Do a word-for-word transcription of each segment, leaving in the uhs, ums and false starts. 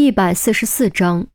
第一百四十四章。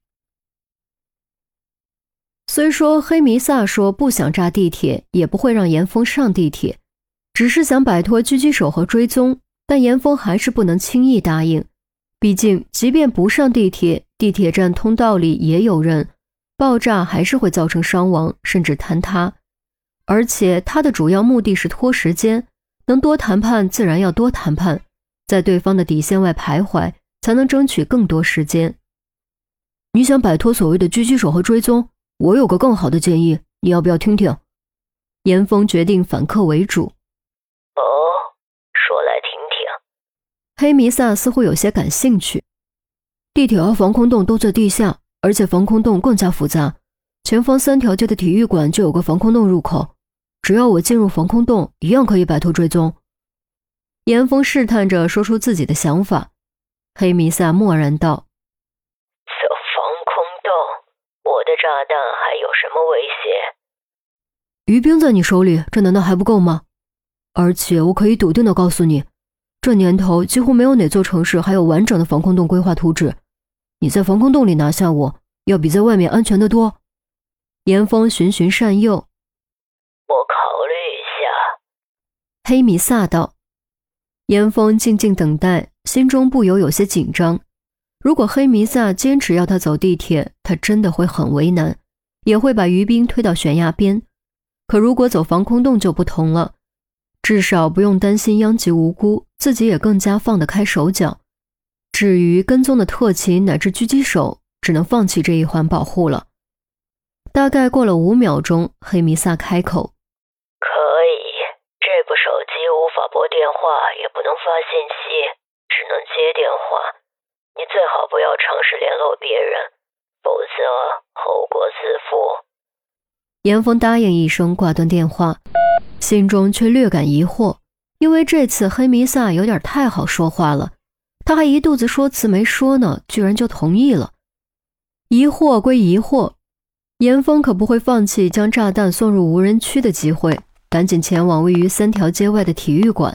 虽说黑弥撒说不想炸地铁，也不会让严峰上地铁，只是想摆脱狙击手和追踪，但严峰还是不能轻易答应。毕竟即便不上地铁，地铁站通道里也有人，爆炸还是会造成伤亡，甚至坍塌。而且他的主要目的是拖时间，能多谈判自然要多谈判，在对方的底线外徘徊，才能争取更多时间。你想摆脱所谓的狙击手和追踪，我有个更好的建议，你要不要听听？严峰决定反客为主。 哦，说来听听。 黑弥撒似乎有些感兴趣。地铁和防空洞都在地下，而且防空洞更加复杂，前方三条街的体育馆就有个防空洞入口，只要我进入防空洞，一样可以摆脱追踪。严峰试探着说出自己的想法。黑弥撒默然道： 走防空洞，我的炸弹还有什么威胁？ 余兵在你手里，这难道还不够吗？而且我可以笃定地告诉你，这年头几乎没有哪座城市还有完整的防空洞规划图纸。你在防空洞里拿下我，要比在外面安全得多。严峰循循善诱。 我考虑一下。 黑弥撒道。严峰静静等待，心中不由有些紧张。如果黑弥撒坚持要他走地铁，他真的会很为难，也会把余兵推到悬崖边。可如果走防空洞就不同了，至少不用担心殃及无辜，自己也更加放得开手脚。至于跟踪的特勤乃至狙击手，只能放弃这一环保护了。大概过了五秒钟，黑弥撒开口： 可以，这部手机无法拨电话，也不能发信息，只能接电话。你最好不要尝试联络别人，否则后果自负。 严峰答应一声，挂断电话，心中却略感疑惑，因为这次黑弥撒有点太好说话了，他还一肚子说辞没说呢，居然就同意了。疑惑归疑惑，严峰可不会放弃将炸弹送入无人区的机会，赶紧前往位于三条街外的体育馆。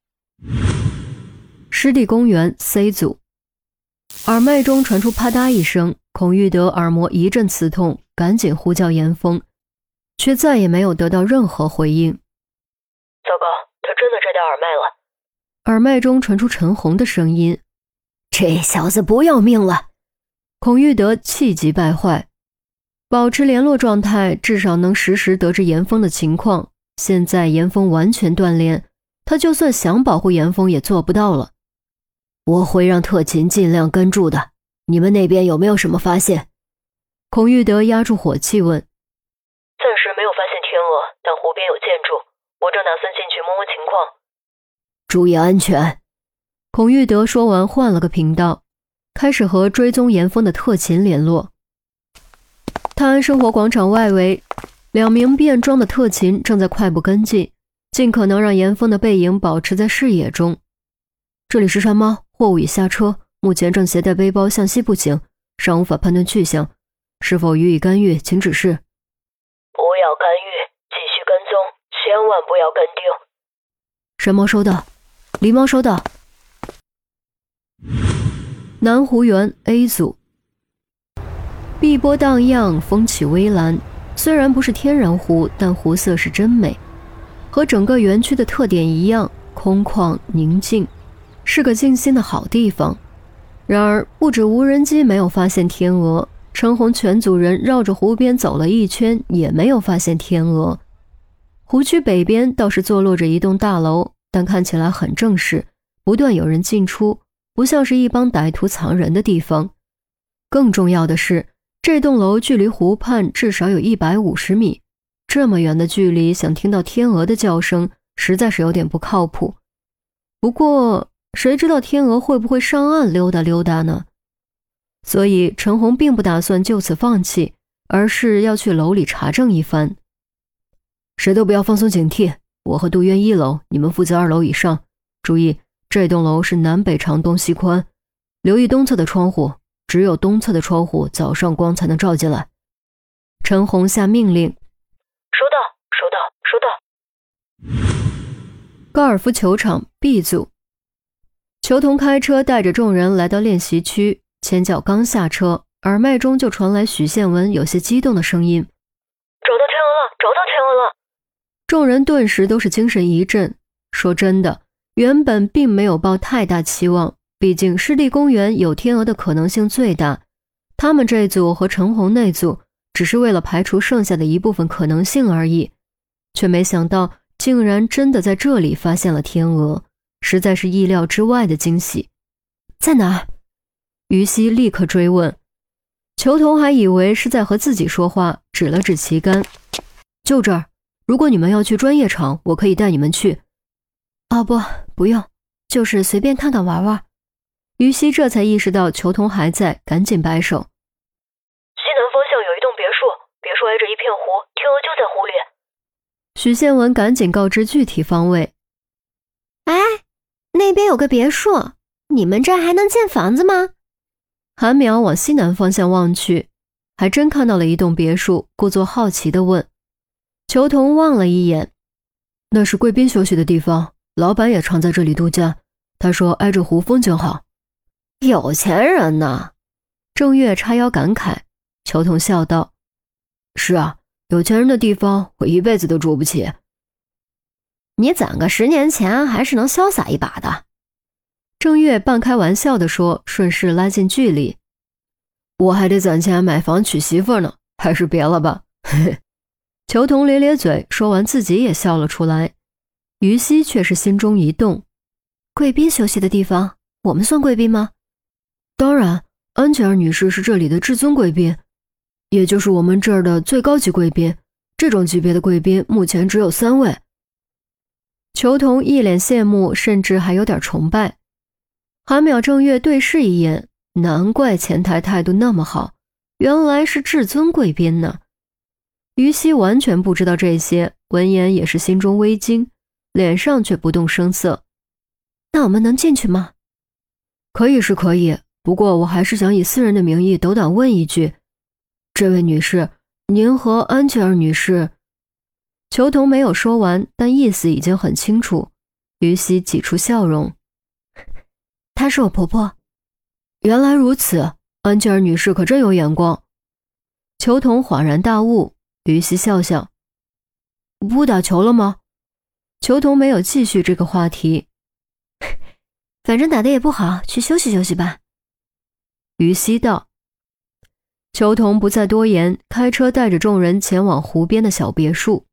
湿地公园 C 组，耳麦中传出啪嗒一声，孔玉德耳膜一阵刺痛，赶紧呼叫严峰，却再也没有得到任何回应。 糟糕，他真的摘掉耳麦了。 耳麦中传出陈红的声音：这小子不要命了！孔玉德气急败坏，保持联络状态，至少能实时得知严峰的情况。现在严峰完全断联，他就算想保护严峰也做不到了。我会让特勤尽量跟住的，你们那边有没有什么发现？孔玉德压住火气问。 暂时没有发现天鹅，但湖边有建筑，我正打算进去摸摸情况。 注意安全。孔玉德说完换了个频道，开始和追踪严峰的特勤联络。泰安生活广场外围，两名便装的特勤正在快步跟进，尽可能让严峰的背影保持在视野中。这里是山猫，货物已下车，目前正携带背包向西步行，尚无法判断去向，是否予以干预，请指示。 不要干预，继续跟踪，千万不要跟丢。 山猫收到，狸猫收到。南湖园 A 组，碧波荡漾，风起微澜，虽然不是天然湖，但湖色是真美，和整个园区的特点一样，空旷宁静，是个静心的好地方。然而不止无人机没有发现天鹅，陈红全组人绕着湖边走了一圈，也没有发现天鹅。湖区北边倒是坐落着一栋大楼，但看起来很正式，不断有人进出，不像是一帮歹徒藏人的地方。更重要的是，这栋楼距离湖畔至少有一百五十米，这么远的距离想听到天鹅的叫声，实在是有点不靠谱。不过谁知道天鹅会不会上岸溜达溜达呢？所以陈红并不打算就此放弃，而是要去楼里查证一番。谁都不要放松警惕，我和杜渊一楼，你们负责二楼以上。注意，这栋楼是南北长东西宽，留意东侧的窗户，只有东侧的窗户早上光才能照进来。陈红下命令。 收到，收到，收到。 高尔夫球场 B 组，裘童开车带着众人来到练习区， 前脚刚下车，耳麦中就传来许宪文有些激动的声音： 找到天鹅了，找到天鹅了！ 众人顿时都是精神一振。说真的，原本并没有抱太大期望，毕竟湿地公园有天鹅的可能性最大，他们这组和陈红那组只是为了排除剩下的一部分可能性而已，却没想到竟然真的在这里发现了天鹅，实在是意料之外的惊喜。在哪儿？于西立刻追问。裘童还以为是在和自己说话，指了指旗杆：就这儿，如果你们要去专业场，我可以带你们去。哦不，不用，就是随便看看玩玩。于西这才意识到裘童还在，赶紧摆手。 西南方向有一栋别墅，别墅挨着一片湖，天鹅就在湖里。 许宪文赶紧告知具体方位。 哎，那边有个别墅，你们这儿还能建房子吗？ 韩淼往西南方向望去，还真看到了一栋别墅，故作好奇地问。裘童望了一眼，那是贵宾休息的地方，老板也常在这里度假，他说挨着湖风景好。 有钱人呢。 郑月叉腰感慨。裘童笑道：是啊，有钱人的地方我一辈子都住不起。 你攒个十年钱还是能潇洒一把的。 郑月半开玩笑地说，顺势拉近距离。我还得攒钱买房娶媳妇呢，还是别了吧。裘童咧咧嘴，说完自己也笑了出来。于西却是心中一动。贵宾休息的地方，我们算贵宾吗？当然，安吉尔女士是这里的至尊贵宾，也就是我们这儿的最高级贵宾，这种级别的贵宾目前只有三位。裘童一脸羡慕，甚至还有点崇拜。韩淼正月对视一眼，难怪前台态度那么好，原来是至尊贵宾呢。于西完全不知道这些，闻言也是心中微惊，脸上却不动声色。那我们能进去吗？可以是可以，不过我还是想以私人的名义斗胆问一句，这位女士，您和安吉尔女士……裘童没有说完，但意思已经很清楚。于西挤出笑容。她是我婆婆。原来如此，安吉尔女士可真有眼光。裘童恍然大悟，于西笑笑。不打球了吗？裘童没有继续这个话题。反正打得也不好，去休息休息吧。于西道。裘童不再多言，开车带着众人前往湖边的小别墅。